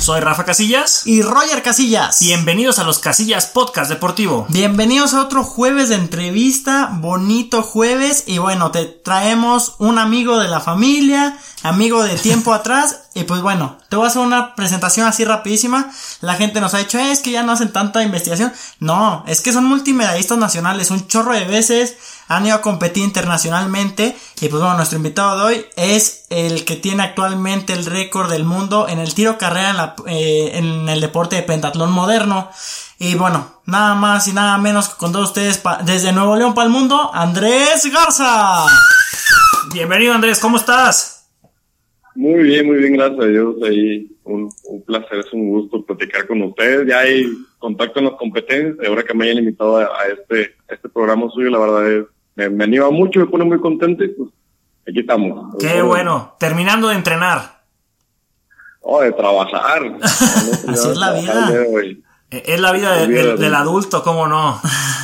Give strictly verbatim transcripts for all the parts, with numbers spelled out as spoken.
Soy Rafa Casillas y Roger Casillas. Bienvenidos a los Casillas Podcast Deportivo. Bienvenidos a otro jueves de entrevista, bonito jueves. Y bueno, te traemos un amigo de la familia, amigo de tiempo atrás. Y pues bueno, te voy a hacer una presentación así rapidísima. La gente nos ha dicho, eh, es que ya no hacen tanta investigación. No, es que son multimedallistas nacionales, un chorro de veces han ido a competir internacionalmente. Y pues bueno, nuestro invitado de hoy es el que tiene actualmente el récord del mundo en el tiro carrera en, la, eh, en el deporte de pentatlón moderno. Y bueno, nada más y nada menos que con todos ustedes, pa- desde Nuevo León para el mundo, Andrés Garza. Bienvenido, Andrés, ¿cómo estás? Muy bien, muy bien, gracias a Dios. Ahí un, un placer, es un gusto platicar con ustedes. Ya hay contacto en las competencias. Ahora que me hayan invitado a, a este a este programa suyo, la verdad es me, me anima mucho, me pone muy contento y pues aquí estamos. Qué Por, bueno, terminando de entrenar. Oh, de trabajar. Así es la vida. Es la vida de, de, del adulto, ¿cómo no?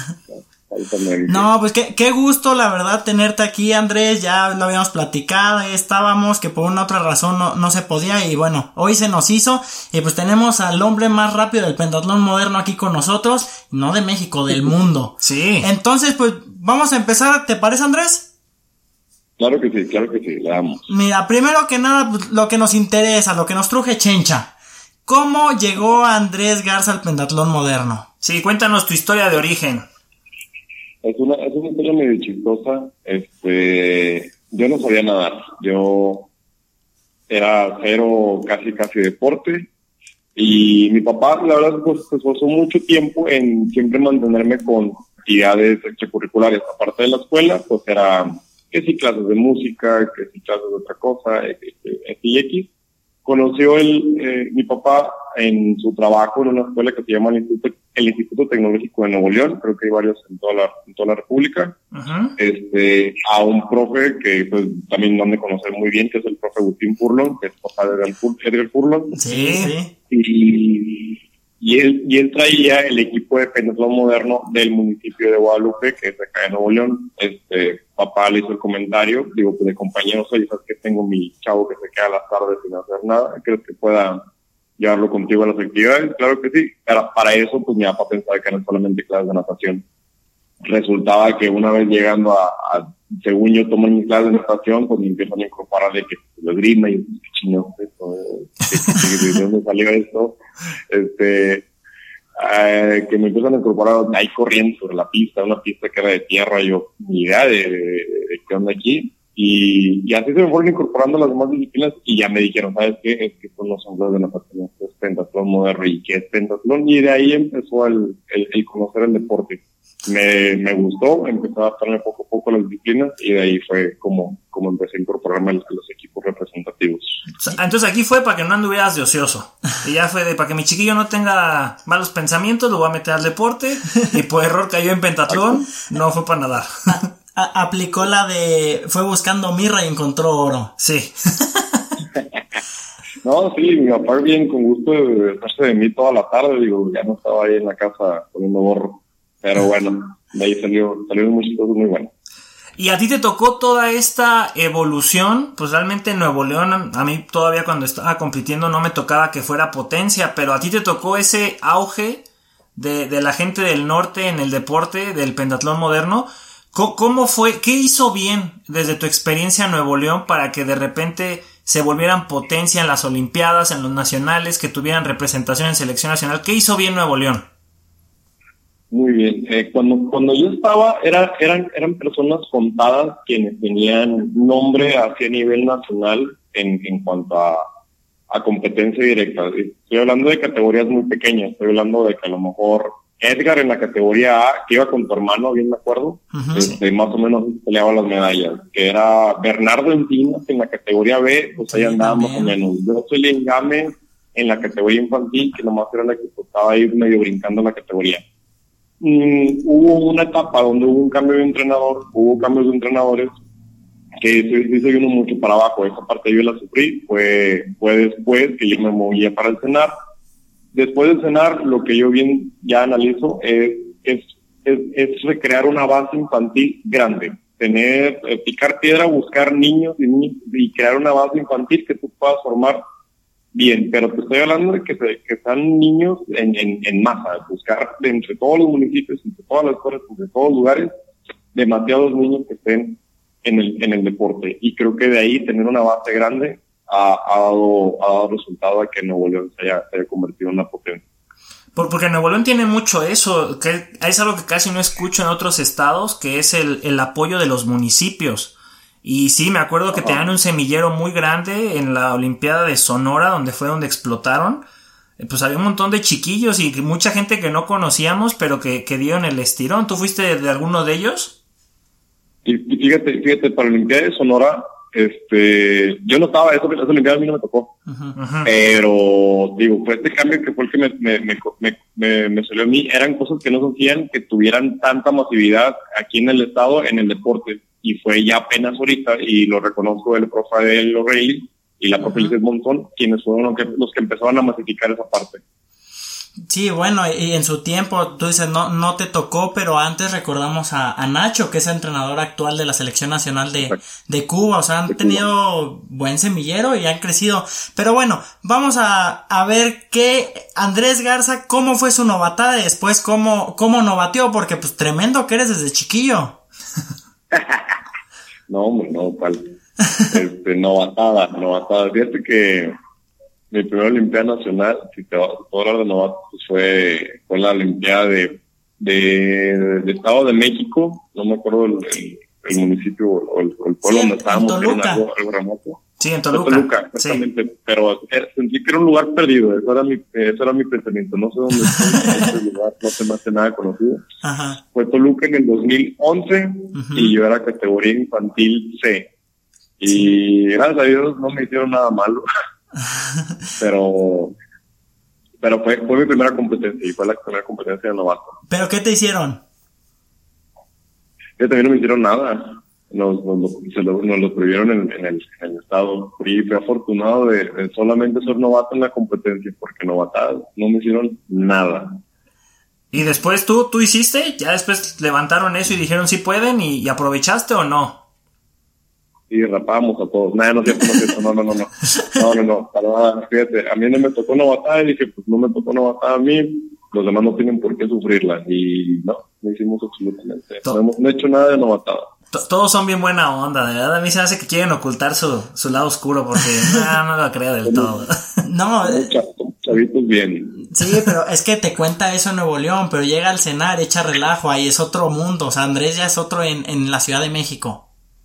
No, pues qué, qué gusto, la verdad, tenerte aquí, Andrés. Ya lo habíamos platicado, ahí estábamos, que por una u otra razón no, no se podía. Y bueno, hoy se nos hizo. Y pues tenemos al hombre más rápido del pentatlón moderno aquí con nosotros. No de México, del mundo. Sí. Entonces, pues vamos a empezar, ¿te parece, Andrés? Claro que sí, claro que sí, le damos. Mira, primero que nada, pues, lo que nos interesa, lo que nos truje chencha. ¿Cómo llegó Andrés Garza al pentatlón moderno? Sí, cuéntanos tu historia de origen. Es una, es una historia medio chistosa. Este, yo no sabía nadar. Yo era cero, casi, casi deporte. Y mi papá, la verdad, pues se esforzó mucho tiempo en siempre mantenerme con actividades extracurriculares. Aparte de la escuela, pues era, que si clases de música, que si clases de otra cosa, X y X. Conoció el, eh, mi papá en su trabajo en una escuela que se llama el Instituto, el Instituto Tecnológico de Nuevo León, creo que hay varios en toda la, en toda la República, uh-huh. este, a un profe que pues también no han de conocer muy bien, que es el profe Agustín Furlong, que es papá de Edgar Furlong. Sí, sí. Y, y él, y él traía el equipo de pentatlón moderno del municipio de Guadalupe, que es acá de Nuevo León. Este, papá le hizo el comentario, digo, pues de compañeros, oye, sabes que tengo mi chavo que se queda a las tardes sin hacer nada, ¿crees que pueda llevarlo contigo a las actividades? Claro que sí. Para, para eso, pues mi papá pensaba que eran solamente clases de natación. Resultaba que una vez llegando a, a según yo tomé mis clases de natación, pues me empiezan a incorporar de que lo grima y qué chingados es esto, eh, de dónde salió esto, este, eh, que me empiezan a incorporar ahí corriendo sobre la pista, una pista que era de tierra, yo ni idea de, de, de, de qué onda aquí, y, y así se me fueron incorporando las demás disciplinas y ya me dijeron, ¿sabes qué? Es que pues no son clases de natación, es pentatlón moderno y qué es pentatlón, y de ahí empezó el, el, el conocer el deporte. Me, me gustó, empecé a adaptarme poco a poco a las disciplinas y de ahí fue como, como empecé a incorporarme a los equipos representativos. Entonces aquí fue para que no anduvieras de ocioso y ya fue de para que mi chiquillo no tenga malos pensamientos, lo voy a meter al deporte y por error cayó en pentatlón, no fue para nadar. A, a, aplicó la de fue buscando mirra y encontró oro. Sí. No, sí, mi papá bien con gusto de estarse de mí toda la tarde, digo, ya no estaba ahí en la casa poniendo gorro. Pero bueno, de ahí salió, salieron muchas cosas muy buenas. Y a ti te tocó toda esta evolución, pues realmente en Nuevo León, a mí todavía cuando estaba compitiendo no me tocaba que fuera potencia, pero a ti te tocó ese auge de, de la gente del norte en el deporte del pentatlón moderno. ¿Cómo, cómo fue, qué hizo bien desde tu experiencia en Nuevo León para que de repente se volvieran potencia en las olimpiadas, en los nacionales, que tuvieran representación en selección nacional? ¿Qué hizo bien Nuevo León? Muy bien. Eh, cuando cuando yo estaba, era, eran eran personas contadas quienes tenían nombre hacia nivel nacional en, en cuanto a, a competencia directa. Estoy hablando de categorías muy pequeñas. Estoy hablando de que a lo mejor Edgar en la categoría A, que iba con tu hermano, bien me acuerdo, uh-huh, este, sí. Más o menos peleaba las medallas. Que era Bernardo Encinas en la categoría B, pues ahí sí, andaba más o menos. Yo soy Lengame en la categoría infantil, que nomás era la que estaba ahí medio brincando en la categoría. Mm, hubo una etapa donde hubo un cambio de entrenador, hubo cambios de entrenadores que se hizo uno mucho para abajo. Esa parte yo la sufrí, fue, fue después que yo me movía para el cenar. Después del cenar, lo que yo bien ya analizo es, es, es, es recrear una base infantil grande, tener, eh, picar piedra, buscar niños y, niños y crear una base infantil que tú puedas formar bien, pero te estoy hablando de que, se, que están niños en, en, en masa, buscar de entre todos los municipios, entre todas las escuelas, entre todos los lugares, demasiados niños que estén en el, en el deporte. Y creo que de ahí tener una base grande ha, ha, dado, ha dado resultado a que Nuevo León se haya, se haya convertido en una potencia. Porque Nuevo León tiene mucho eso, que es algo que casi no escucho en otros estados, que es el, el apoyo de los municipios. Y sí, me acuerdo que tenían un semillero muy grande en la Olimpiada de Sonora, donde fue donde explotaron. Pues había un montón de chiquillos y mucha gente que no conocíamos, pero que, que dieron el estirón. ¿Tú fuiste de, de alguno de ellos? Y, y fíjate, fíjate, para la Olimpiada de Sonora, este, yo no estaba, esa, esa Olimpiada a mí no me tocó. Uh-huh. Pero, digo, fue este cambio que fue el que me, me, me, me, me salió a mí. Eran cosas que no se hacían, que tuvieran tanta masividad aquí en el estado, en el deporte. Y fue ya apenas ahorita, y lo reconozco el profe Adel O'Reilly y la profe Lizeth Monzón, quienes fueron los que, los que empezaron a masificar esa parte. Sí, bueno, y en su tiempo, tú dices, no no te tocó, pero antes recordamos a, a Nacho, que es el entrenador actual de la Selección Nacional de, de Cuba. O sea, han tenido buen semillero y han crecido. Pero bueno, vamos a, a ver qué Andrés Garza, cómo fue su novatada y después cómo, cómo novateó, porque pues tremendo que eres desde chiquillo. No, hombre, no, tal. Este, novatada, novatada. Fíjate que mi primera Olimpiada Nacional, si te vas a hablar de novato, pues fue, fue la Olimpiada de, de, de Estado de México, no me acuerdo el, el, el municipio o el, el pueblo sí, donde estábamos, era algo, algo remoto. Sí, en Toluca. En Toluca, exactamente, sí. Pero eh, sentí que era un lugar perdido, eso era mi, eso era mi pensamiento, no sé dónde estoy, ese lugar no se me hace nada conocido. Ajá. Fue Toluca en el dos mil once, uh-huh. Y yo era categoría infantil C, y sí. Gracias a Dios no me hicieron nada malo. pero pero fue, fue mi primera competencia y fue la primera competencia de novato. ¿Pero qué te hicieron? Yo también no me hicieron nada, nos, nos, nos, se lo, nos lo prohibieron en, en, el, en el estado. Fui, fui afortunado de, de solamente ser novato en la competencia, porque novatadas no me hicieron nada. ¿Y después tú, tú hiciste? ¿Ya después levantaron eso y dijeron si pueden y, y aprovechaste o no? Y rapamos a todos. Nada, no es cierto, no es cierto, no, no, no, no, no, no, no, para nada, fíjate, a mí no me tocó novatada y dije, pues no me tocó novatada a mí, los demás no tienen por qué sufrirla, y no, no hicimos absolutamente, no hemos no he hecho nada de novatada. Todos son bien buena onda, de verdad, a mí se me hace que quieren ocultar su, su lado oscuro, porque no, no lo creo del todo. No, chavitos bien. Sí, pero es que te cuenta eso en Nuevo León, pero llega al cenar, echa relajo, ahí es otro mundo, o sea, Andrés ya es otro en, en la Ciudad de México.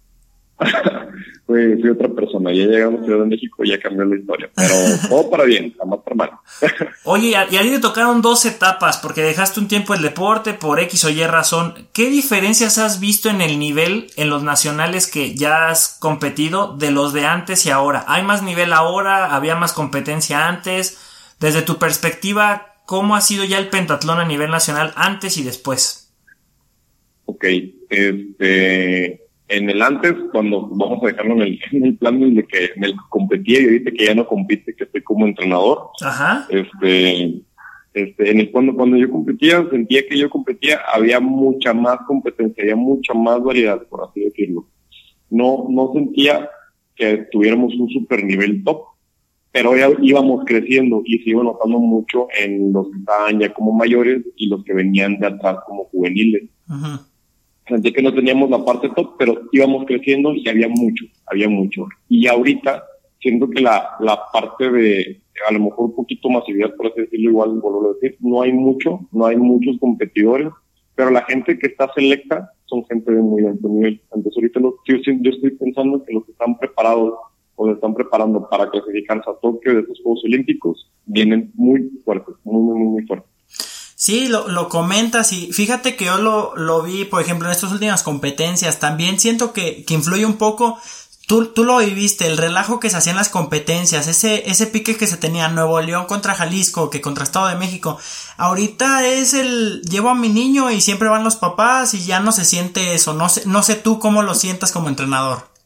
Fui, fui otra persona, ya llegamos a Ciudad de México y ya cambió la historia, pero todo para bien, jamás para mal. Oye, y a, y a ti te tocaron dos etapas, porque dejaste un tiempo el deporte por X o Y razón. ¿Qué diferencias has visto en el nivel en los nacionales que ya has competido de los de antes y ahora? ¿Hay más nivel ahora? ¿Había más competencia antes? Desde tu perspectiva, ¿cómo ha sido ya el pentatlón a nivel nacional antes y después? Ok, este... En el antes, cuando vamos a dejarlo en el, en el plan en el que, en el que competía y ahorita que ya no compite, que estoy como entrenador. Ajá. Este, este, en el cuando, cuando yo competía, sentía que yo competía, había mucha más competencia, había mucha más variedad, por así decirlo. No, no sentía que tuviéramos un super nivel top, pero ya íbamos creciendo y se iba notando mucho en los que estaban ya como mayores y los que venían de atrás como juveniles. Ajá. Sentí que no teníamos la parte top, pero íbamos creciendo y había mucho, había mucho. Y ahorita siento que la, la parte de, a lo mejor un poquito masividad, por así decirlo, igual vuelvo a decir, no hay mucho, no hay muchos competidores, pero la gente que está selecta son gente de muy alto nivel. Entonces ahorita los, yo, yo estoy pensando que los que están preparados o se están preparando para clasificarse a Tokio de estos Juegos Olímpicos vienen muy fuertes, muy, muy, muy, muy fuertes. Sí, lo, lo comentas y fíjate que yo lo, lo vi, por ejemplo, en estas últimas competencias. También siento que, que influye un poco, tú, tú lo viviste, el relajo que se hacía en las competencias, ese, ese pique que se tenía Nuevo León contra Jalisco, que contra Estado de México. Ahorita es el, llevo a mi niño y siempre van los papás y ya no se siente eso. No sé, no sé tú cómo lo sientas como entrenador.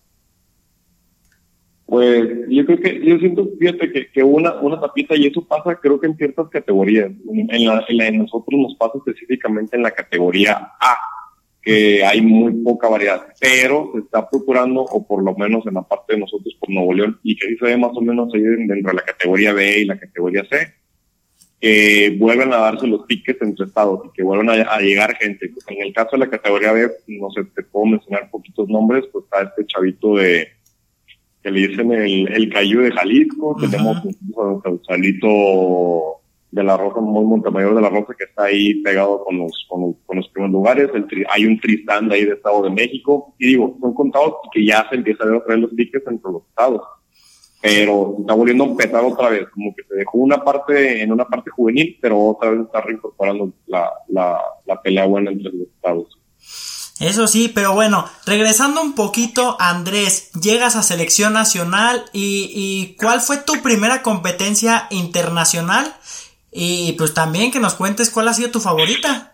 Pues yo creo que, yo siento, fíjate que, que una, una tapita, y eso pasa creo que en ciertas categorías, en la, en la de nosotros nos pasa específicamente en la categoría A, que que hay muy poca variedad, pero se está procurando, o por lo menos en la parte de nosotros por Nuevo León, y que sí se ve más o menos ahí dentro de la categoría B y la categoría C, que vuelven a darse los tickets entre estados y que vuelven a, a llegar gente. Pues en el caso de la categoría B, no sé, te puedo mencionar poquitos nombres, pues está este chavito de, que le dicen el, el Cayú de Jalisco, uh-huh. Tenemos un Sausalito de la Rosa, muy Montemayor de la Rosa, que está ahí pegado con los, con los, con los primeros lugares. El tri, hay un Tristán de ahí de Estado de México, y digo, son contados que ya se empieza a ver otra vez los tickets entre los estados, pero se está volviendo a empezar otra vez, como que se dejó una parte, en una parte juvenil, pero otra vez está reincorporando la, la, la pelea buena entre los estados. Eso sí, pero bueno, regresando un poquito, Andrés, llegas a selección nacional y, y ¿cuál fue tu primera competencia internacional? Y pues también que nos cuentes cuál ha sido tu favorita.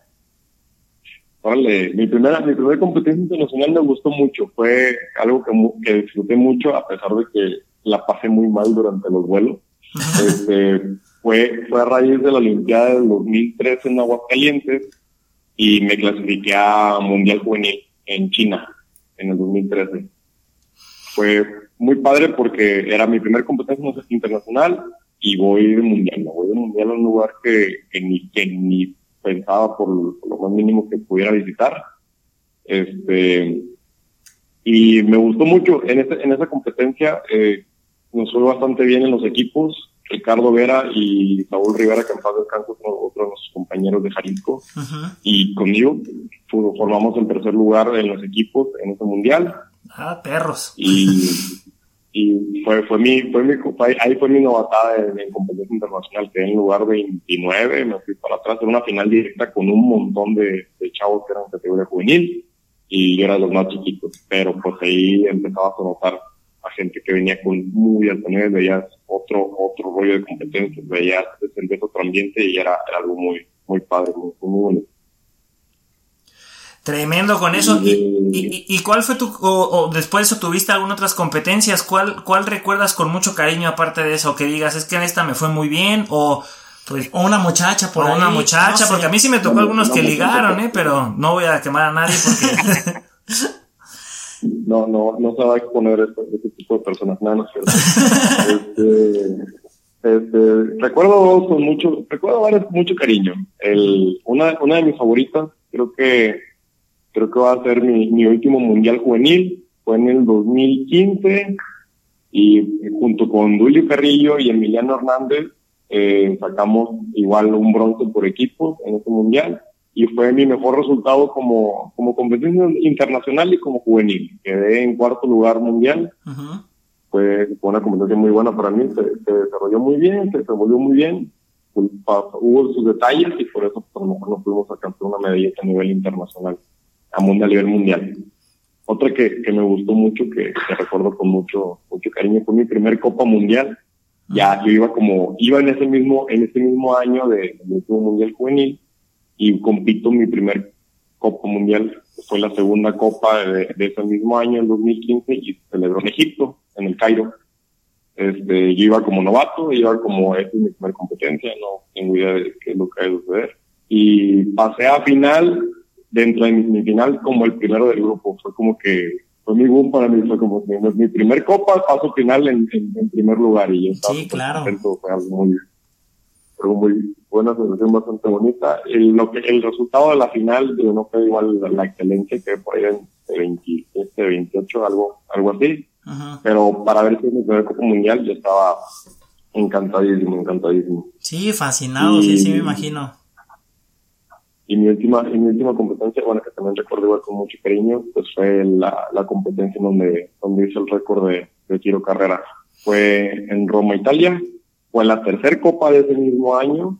Vale, mi primera, mi primera competencia internacional me gustó mucho, fue algo que, que disfruté mucho a pesar de que la pasé muy mal durante los vuelos. este, fue, fue a raíz de la Olimpiada del dos mil trece en Aguascalientes y me clasifiqué a Mundial Juvenil en China en el dos mil trece. Fue muy padre porque era mi primer competencia internacional y voy de mundial, ¿no? voy de mundial a un lugar que, que ni, que ni pensaba por, por lo más mínimo que pudiera visitar. Este, y me gustó mucho en ese, en esa competencia, eh, nos fue bastante bien en los equipos. Ricardo Vera y Saúl Rivera, que en paz descanse, otro de nuestros compañeros de Jalisco, uh-huh. y conmigo formamos el tercer lugar en los equipos en ese mundial. Ah, perros. Y, y fue, fue mi, fue mi, ahí fue mi novatada en, en competencia internacional, quedé en lugar veintinueve, me fui para atrás, era una final directa con un montón de, de chavos que eran categoría juvenil, y yo era de los más chiquitos, pero pues ahí empezaba a notar a gente que venía con muy alto nivel, veías otro, otro rollo de competencias, veías ese otro ambiente y era, era algo muy, muy padre, muy, muy bonito. Tremendo con eso. ¿Y, y, y cuál fue tu, o, o después de eso tuviste algunas otras competencias? ¿Cuál, cuál recuerdas con mucho cariño aparte de eso? Que digas, es que en esta me fue muy bien, o pues, o una muchacha por o ahí. una muchacha, no sé. Porque a mí sí me tocó no, algunos no, que no, ligaron, eh, pero no voy a quemar a nadie porque... No, no, no se va a exponer este, este tipo de personas, nada, no es cierto. este, este, recuerdo con mucho, recuerdo varias con mucho cariño. El, una, una de mis favoritas, creo que, creo que va a ser mi, mi último mundial juvenil, fue en el dos mil quince, y junto con Dulio Carrillo y Emiliano Hernández, eh, sacamos igual un bronce por equipos en ese mundial. Y fue mi mejor resultado como, como competencia internacional y como juvenil. Quedé en cuarto lugar mundial. Uh-huh. Fue, fue una competencia muy buena para mí, se, se desarrolló muy bien, se desenvolvió muy bien. Hubo sus detalles y por eso pues, a lo mejor nos pudimos alcanzar una medalla a nivel internacional, a, mundial, a nivel mundial. Otra que, que me gustó mucho, que, que recuerdo con mucho, mucho cariño, fue mi primer Copa Mundial. Uh-huh. Ya yo iba como, iba en ese mismo, en ese mismo año de, del último mundial juvenil, y compito mi primer Copa Mundial, fue la segunda Copa de, de ese mismo año, en dos mil quince, y se celebró en Egipto, en el Cairo. Este, yo iba como novato, iba como, esta es mi primera competencia, no tengo idea de qué es lo que va a suceder. Y pasé a final, dentro de mi, mi final, como el primero del grupo, fue como que, fue mi boom para mí, fue como que mi primer Copa, paso final en, en, en primer lugar, y yo estaba sí, claro. contento, fue algo muy, algo muy, una sensación bastante bonita. El, lo que, el resultado de la final, digo, no fue igual la, la excelencia, que por ahí en veintisiete, veintiocho, algo, algo así. Uh-huh. Pero para ver si es mi primer Copa Mundial, yo estaba encantadísimo, encantadísimo. Sí, fascinado, y, sí, sí, me imagino. Y mi última, y mi última competencia, bueno, que también recuerdo igual con mucho cariño, pues fue la, la competencia donde, donde hice el récord de, de tiro carrera. Fue en Roma, Italia. Fue la tercera Copa de ese mismo año.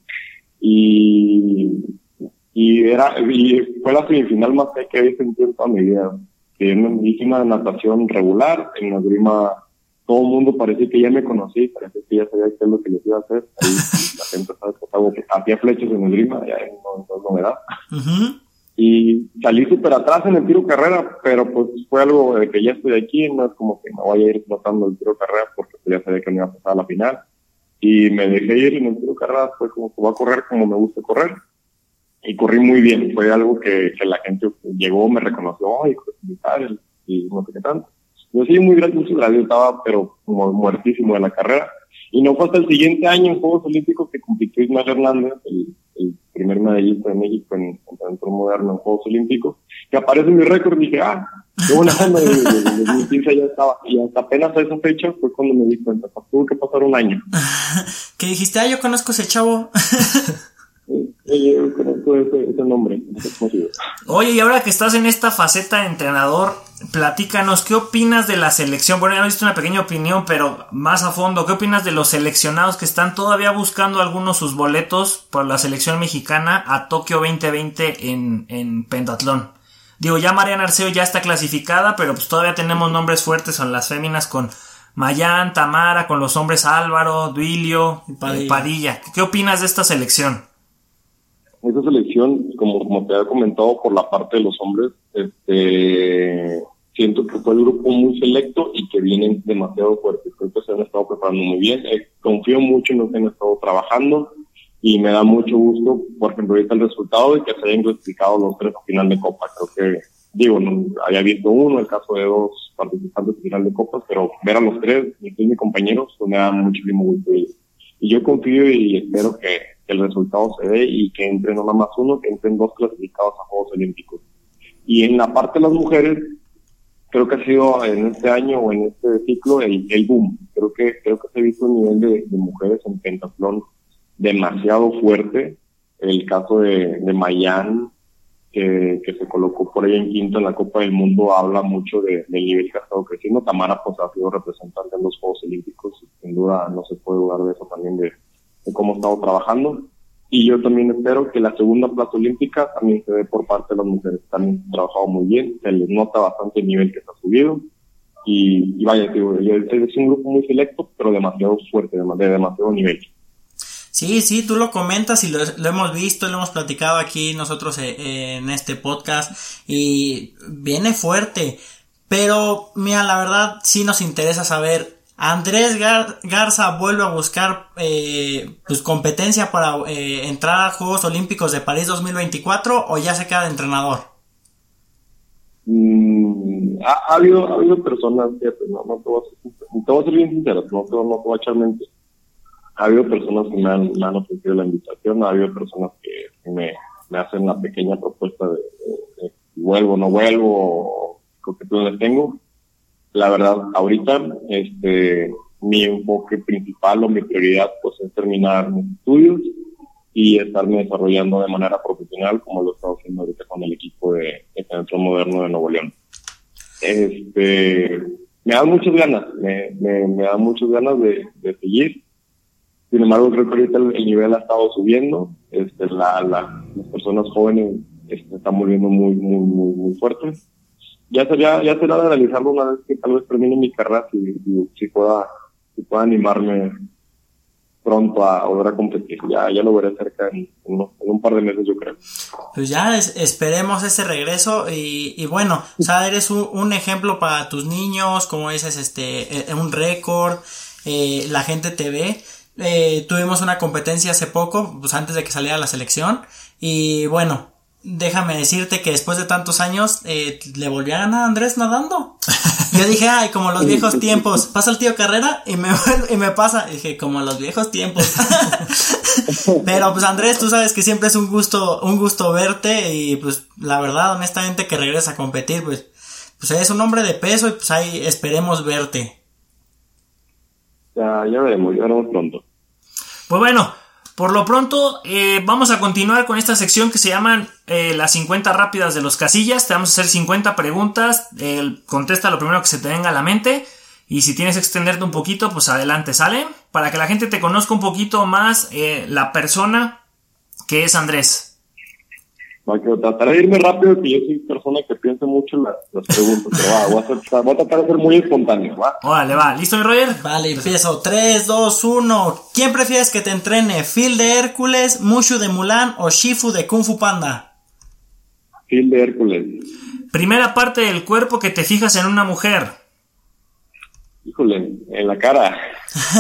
Y, y era, y fue la semifinal más que había sentido en toda mi vida. Que hice una natación regular, en la esgrima todo el mundo parecía que ya me conocía, parecía que ya sabía qué es lo que les iba a hacer. Ahí la gente sabe que hacía flechas en esgrima, ya no, no es novedad. Uh-huh. Y salí súper atrás en el tiro carrera, pero pues fue algo de que ya estoy aquí, no es como que me voy a ir tratando el tiro carrera porque pues, ya sabía que me iba a pasar a la final. Y me dejé ir en el tiro carrera, fue como que voy a correr como me gusta correr. y corrí muy bien. Fue algo que, que la gente llegó, me reconoció, y, y no sé qué tanto. Yo sí, muy gracias, muchas gracias, estaba pero como muertísimo de la carrera. Y no fue hasta el siguiente año en Juegos Olímpicos que compitió Ismael Hernández, el, el primer medallista de México en entrenamiento moderno en Juegos Olímpicos, que aparece en mi récord. Y dije, ah, qué buena onda, de dos mil quince ya estaba. Y hasta apenas a esa fecha fue cuando me di cuenta, tuvo que pasar un año. Que dijiste, ah, yo conozco ese chavo. Yo conozco ese, ese nombre. Oye, y ahora que estás en esta faceta de entrenador, platícanos, ¿qué opinas de la selección? Bueno, ya me diste una pequeña opinión, pero más a fondo, ¿qué opinas de los seleccionados que están todavía buscando algunos sus boletos por la selección mexicana a Tokio veinte veinte en, en pentatlón? Digo, ya Mariana Arceo ya está clasificada, pero pues todavía tenemos nombres fuertes en las féminas con Mayán, Tamara, con los hombres Álvaro, Duilio, Padilla. Padilla. ¿Qué opinas de esta selección? Esa selección, como, como te había comentado, por la parte de los hombres, este, siento que fue el grupo muy selecto y que vienen demasiado fuertes. Creo que se han estado preparando muy bien. Eh, confío mucho en lo que han estado trabajando y me da mucho gusto, por ejemplo, ahorita el resultado y que se hayan clasificado los tres a final de Copa. Creo que, digo, no había visto uno, el caso de dos participantes en final de Copa, pero ver a los tres, mis mis compañeros, pues me da muchísimo gusto. Y, y yo confío y espero que que el resultado se dé y que entren no nada más uno, que entren dos clasificados a Juegos Olímpicos. Y en la parte de las mujeres, creo que ha sido en este año o en este ciclo el, el boom. Creo que creo que se ha visto un nivel de, de mujeres en pentatlón demasiado fuerte. El caso de, de Mayán, que, que se colocó por ahí en quinto en la Copa del Mundo, habla mucho de, del nivel que ha estado creciendo. Tamara pues ha sido representante en los Juegos Olímpicos, sin duda no se puede dudar de eso también, de de cómo estamos trabajando, y yo también espero que la segunda plaza olímpica también se dé por parte de las mujeres. También han trabajado muy bien, se les nota bastante el nivel que se ha subido, y, y vaya, digo, es un grupo muy selecto, pero demasiado fuerte, de demasiado nivel. Sí, sí, tú lo comentas y lo, lo hemos visto, lo hemos platicado aquí nosotros eh, en este podcast, y viene fuerte, pero mira, la verdad sí nos interesa saber, ¿Andrés Gar- Garza vuelve a buscar eh, pues competencia para eh, entrar a Juegos Olímpicos de París dos mil veinticuatro o ya se queda de entrenador? Mm, ha, ha habido ha habido personas, fíjate, no, no te voy a ser, te voy a ser bien sincero, no te, no te voy a echar mentiras. Ha habido personas que me han, me han ofrecido la invitación, ha habido personas que me, me hacen la pequeña propuesta de, de, de si vuelvo o no vuelvo, o qué planes tengo. La verdad, ahorita, este, mi enfoque principal o mi prioridad, pues, es terminar mis estudios y estarme desarrollando de manera profesional, como lo he estado haciendo ahorita con el equipo de, de Centro Moderno de Nuevo León. Este, me da muchas ganas, me, me, me da muchas ganas de, de seguir. Sin embargo, creo que ahorita el, el nivel ha estado subiendo, este, la, la, las personas jóvenes este, se están volviendo muy, muy, muy, muy fuertes. Ya será, ya será de analizarlo una vez que tal vez termine mi carrera, si, si, si pueda, si pueda animarme pronto a volver a competir. Ya, ya lo veré cerca en, en, en un par de meses, yo creo. Pues ya es, esperemos ese regreso y, y bueno, o sea, eres un, un ejemplo para tus niños, como dices, este, eh, un récord, eh, la gente te ve. Eh, tuvimos una competencia hace poco, pues antes de que saliera la selección, y bueno, déjame decirte que después de tantos años eh, le volví a ganar a Andrés nadando. Yo dije, ay, como los viejos tiempos. Pasa el tío Carrera y me y me pasa. Y dije, como los viejos tiempos. Pero pues Andrés, tú sabes que siempre es un gusto, un gusto verte, y pues la verdad, honestamente, que regresa a competir, pues, pues eres un hombre de peso y pues ahí esperemos verte. Ya, ya veremos, ya veremos pronto. Pues bueno, por lo pronto eh, vamos a continuar con esta sección que se llaman eh, las cincuenta rápidas de los Casillas. Te vamos a hacer cincuenta preguntas, eh, contesta lo primero que se te venga a la mente, y si tienes que extenderte un poquito, pues adelante, ¿sale? Para que la gente te conozca un poquito más eh, la persona que es Andrés. Va, que trataré de irme rápido, que yo soy persona que piensa mucho en las, las preguntas, pero va, voy a, hacer, voy a tratar de ser muy espontáneo, ¿va? Órale, va, ¿listo, mi Roger? Vale, empiezo. tres, dos, uno. ¿Quién prefieres que te entrene? ¿Phil de Hércules, Mushu de Mulan o Shifu de Kung Fu Panda? Phil de Hércules. Primera parte del cuerpo que te fijas en una mujer. Híjole, en la cara.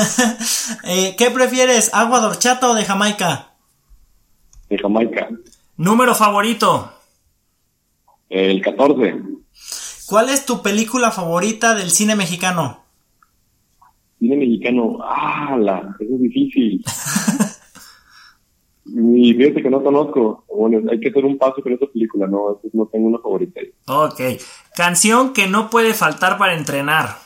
eh, ¿Qué prefieres? ¿Agua de horchata o de Jamaica? De Jamaica. Número favorito. El catorce. ¿Cuál es tu película favorita del cine mexicano? Cine mexicano. ¡Ah, la! Eso es difícil. Y fíjate que no conozco. Bueno, hay que hacer un paso con esa película. No, no tengo una favorita. Ok. Canción que no puede faltar para entrenar.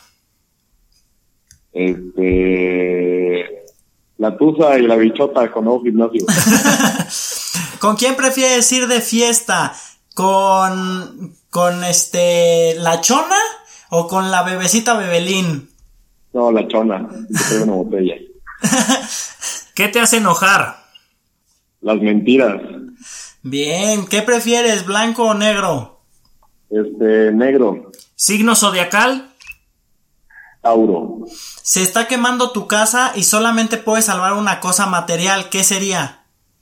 Este... La Tusa y la Bichota con Nuevo Gimnasio. ¿Con quién prefieres ir de fiesta? ¿Con, con este, la Chona o con la bebecita Bebelín? No, la Chona. Yo traigo una botella. ¿Qué te hace enojar? Las mentiras. Bien, ¿qué prefieres, blanco o negro? Este, negro. ¿Signo zodiacal? Tauro. Se está quemando tu casa y solamente puedes salvar una cosa material, ¿qué sería?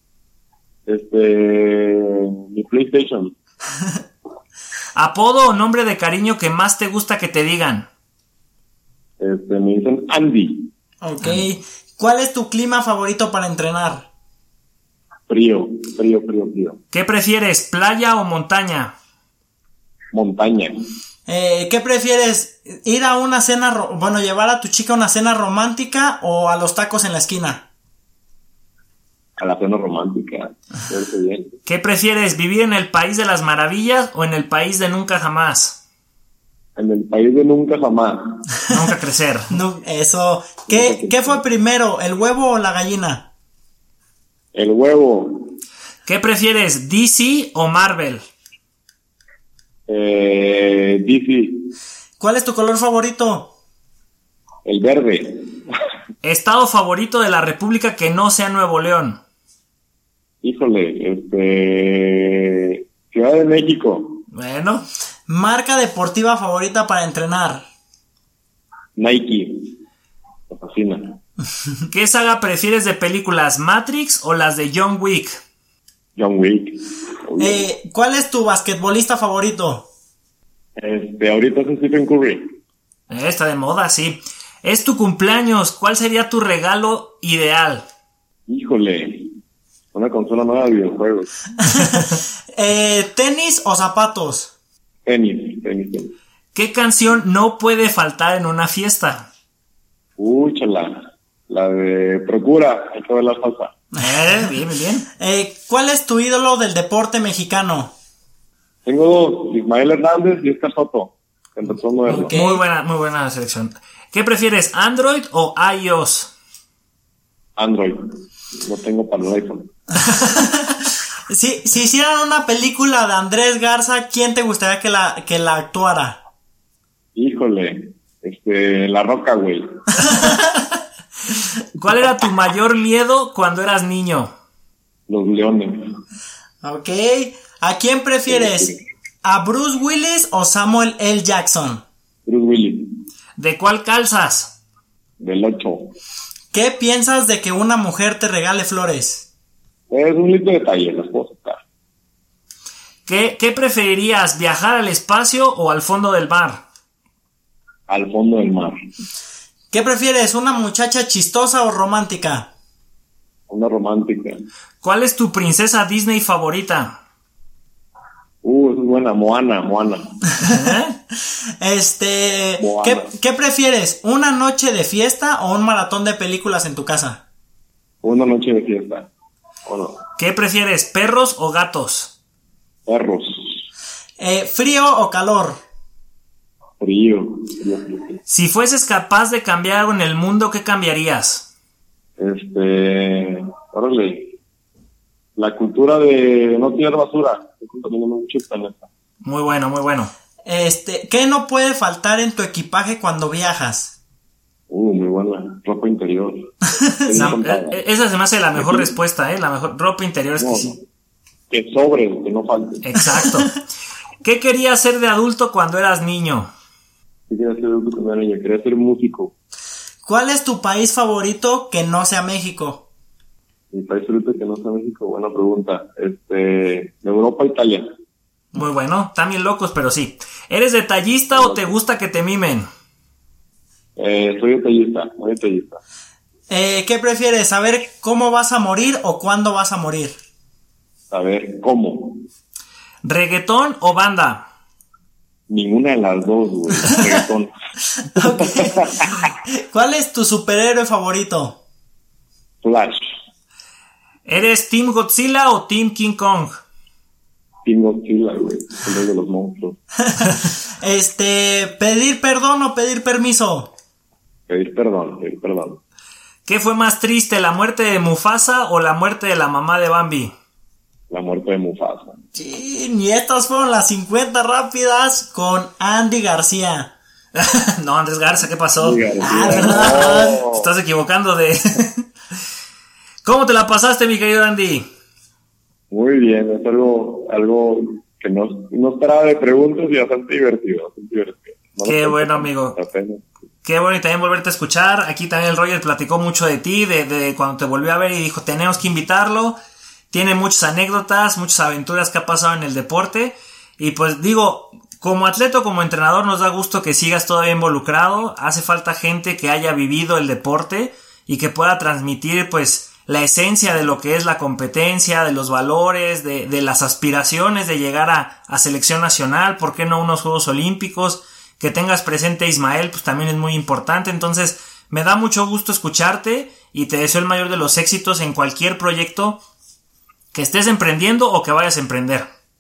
Este, mi PlayStation. ¿Apodo o nombre de cariño que más te gusta que te digan? Este, me dicen Andy. Ok. ¿Cuál es tu clima favorito para entrenar? Frío, frío, frío, frío. ¿Qué prefieres, playa o montaña? Montaña. Eh, ¿qué prefieres? ¿Ir a una cena, ro- bueno, llevar a tu chica a una cena romántica o a los tacos en la esquina? A la cena romántica. Verse bien. ¿Qué prefieres, vivir en el país de las maravillas o en el país de nunca jamás? En el país de nunca jamás. Nunca crecer. No, eso. ¿Qué, ¿Qué fue primero, el huevo o la gallina? El huevo. ¿Qué prefieres, D C o Marvel? Eh, D C. ¿Cuál es tu color favorito? El verde. ¿Estado favorito de la República que no sea Nuevo León? Híjole, este... Ciudad de México. Bueno, ¿Marca deportiva favorita para entrenar? Nike. Me fascina. ¿qué saga prefieres de películas, Matrix o las de John Wick? John Wick. Eh, ¿Cuál es tu basquetbolista favorito? Este, ahorita es Stephen Curry. Eh, está de moda, sí. Es tu cumpleaños, ¿cuál sería tu regalo ideal? Híjole. Una consola nueva de videojuegos. Eh, ¿Tenis o zapatos? Tenis, tenis, tenis. ¿Qué canción no puede faltar en una fiesta? Uy, chala. La de Procura, hay que ver la salsa. Eh, bien, bien, bien. Eh, ¿Cuál es tu ídolo del deporte mexicano? Tengo dos, Ismael Hernández y Oscar Soto, en Retorno Moderno. Ok. Muy buena, muy buena selección. ¿Qué prefieres, Android o iOS? Android, no tengo para el iPhone. Si, si hicieran una película de Andrés Garza, ¿quién te gustaría que la, que la actuara? Híjole, este, La Roca, güey. ¿Cuál era tu mayor miedo cuando eras niño? Los Leones. Ok. ¿A quién prefieres? ¿A Bruce Willis o Samuel L. Jackson? Bruce Willis, ¿De cuál calzas? del ocho. ¿Qué piensas de que una mujer te regale flores? Es un lindo detalle, las puedo aceptar. ¿Qué, ¿Qué preferirías, viajar al espacio o al fondo del mar? Al fondo del mar. ¿Qué prefieres? ¿Una muchacha chistosa o romántica? Una romántica. ¿Cuál es tu princesa Disney favorita? Uh, esa es buena, Moana, Moana. ¿Eh? Este, Moana. ¿qué, ¿qué prefieres? ¿Una noche de fiesta o un maratón de películas en tu casa? Una noche de fiesta. Bueno, ¿Qué prefieres, perros o gatos? perros. Eh, ¿Frío o calor? Frío. Frío, frío, frío. Si fueses capaz de cambiar algo en el mundo, ¿qué cambiarías? Este, órale. La cultura de no tirar basura. Estoy contaminando mucho el planeta. Muy bueno, muy bueno. Este, ¿qué no puede faltar en tu equipaje cuando viajas? Uh, muy buena. Ropa interior. Tengo Esa, contada. eh, esa se me hace la mejor respuesta, ¿eh? La mejor ropa interior es que No, sí. que sobre, que no falte. Exacto. ¿Qué querías ser de adulto cuando eras niño? ¿Qué quería ser adulto cuando era niño? Quería ser músico. ¿Cuál es tu país favorito que no sea México? Mi país ahorita que no sea México, buena pregunta. Este, de Europa, Italia. Muy bueno, también locos, pero sí. ¿Eres detallista o te gusta que te mimen? Eh, soy detallista, muy detallista. Eh, ¿qué prefieres? ¿Saber cómo vas a morir o cuándo vas a morir? A ver, ¿cómo? ¿Reggaetón o banda? Ninguna de las dos, güey. Reggaetón. Okay. ¿Cuál es tu superhéroe favorito? Flash. ¿Eres Team Godzilla o Team King Kong? Team Godzilla, güey. El de los monstruos. Este, ¿pedir perdón o pedir permiso? Pedir perdón, pedir perdón. ¿Qué fue más triste, la muerte de Mufasa o la muerte de la mamá de Bambi? La muerte de Mufasa. Sí, y estas fueron las cincuenta rápidas con Andy García. No, Andrés Garza, ¿qué pasó? Andy García. Ah, ¿verdad? No. Te estás equivocando de... ¿Cómo te la pasaste, mi querido Andy? Muy bien, es algo, algo que no, no esperaba de preguntas y bastante divertido, bastante divertido. No Qué bueno, amigo. Apenas. Qué bueno, y también volverte a escuchar. Aquí también el Roger platicó mucho de ti, de, de cuando te volvió a ver y dijo, tenemos que invitarlo. Tiene muchas anécdotas, muchas aventuras que ha pasado en el deporte. Y pues digo, como atleta o como entrenador nos da gusto que sigas todavía involucrado. Hace falta gente que haya vivido el deporte y que pueda transmitir pues la esencia de lo que es la competencia, de los valores, de, de las aspiraciones de llegar a, a selección nacional, ¿por qué no unos Juegos Olímpicos? Que tengas presente a Ismael, pues también es muy importante. Entonces, me da mucho gusto escucharte y te deseo el mayor de los éxitos en cualquier proyecto que estés emprendiendo o que vayas a emprender.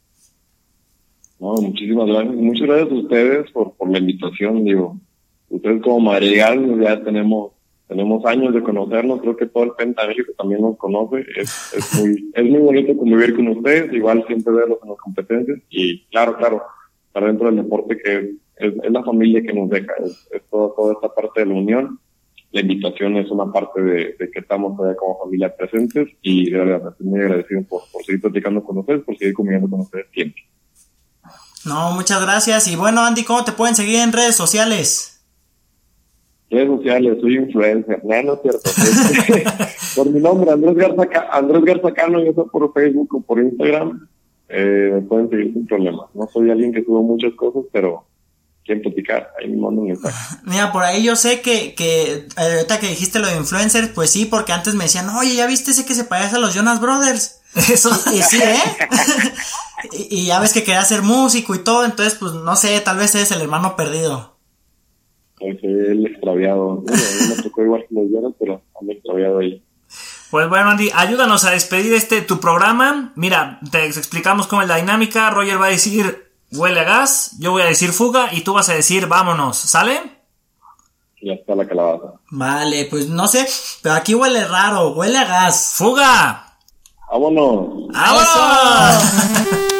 No, muchísimas gracias. Muchas gracias a ustedes por, por la invitación. Digo, ustedes como Madrigal ya tenemos tenemos años de conocernos. Creo que todo el Penta México también nos conoce. Es, es muy es muy bonito convivir con ustedes. Igual siempre verlos en las competencias. Y claro, claro, estar dentro del deporte que es Es, es la familia que nos deja, es, es toda, toda esta parte de la unión. La invitación es una parte de, de que estamos todavía como familia presentes y de verdad estoy muy agradecido por, por seguir platicando con ustedes, por seguir conviviendo con ustedes siempre. No, muchas gracias. Y bueno, Andy, ¿cómo te pueden seguir en redes sociales? Redes sociales, soy influencer, no, no es cierto. Por mi nombre, Andrés Garza, Andrés Garzacano, ya sea por Facebook o por Instagram, eh, me pueden seguir sin problemas. No soy alguien que sube muchas cosas, pero quieren platicar, ahí me mandan un mensaje. Mira, por ahí yo sé que, que ahorita que dijiste lo de influencer, pues sí, porque antes me decían, oye, ¿ya viste ese que se parece a los Jonas Brothers? Eso. Y, y sí, ¿eh? y, y ya ves que quería ser músico y todo, entonces, pues, no sé, tal vez eres el hermano perdido. Pues el extraviado. Bueno, a mí me tocó igual que los Jonas, pero ando extraviado ahí. Pues bueno, Andy, ayúdanos a despedir este tu programa. Mira, te explicamos cómo es la dinámica. Roger va a decir huele a gas, yo voy a decir fuga y tú vas a decir vámonos, ¿sale? Ya está la calabaza. Vale, pues no sé, pero aquí huele raro, huele a gas. ¡Fuga! ¡Vámonos! ¡Vámonos!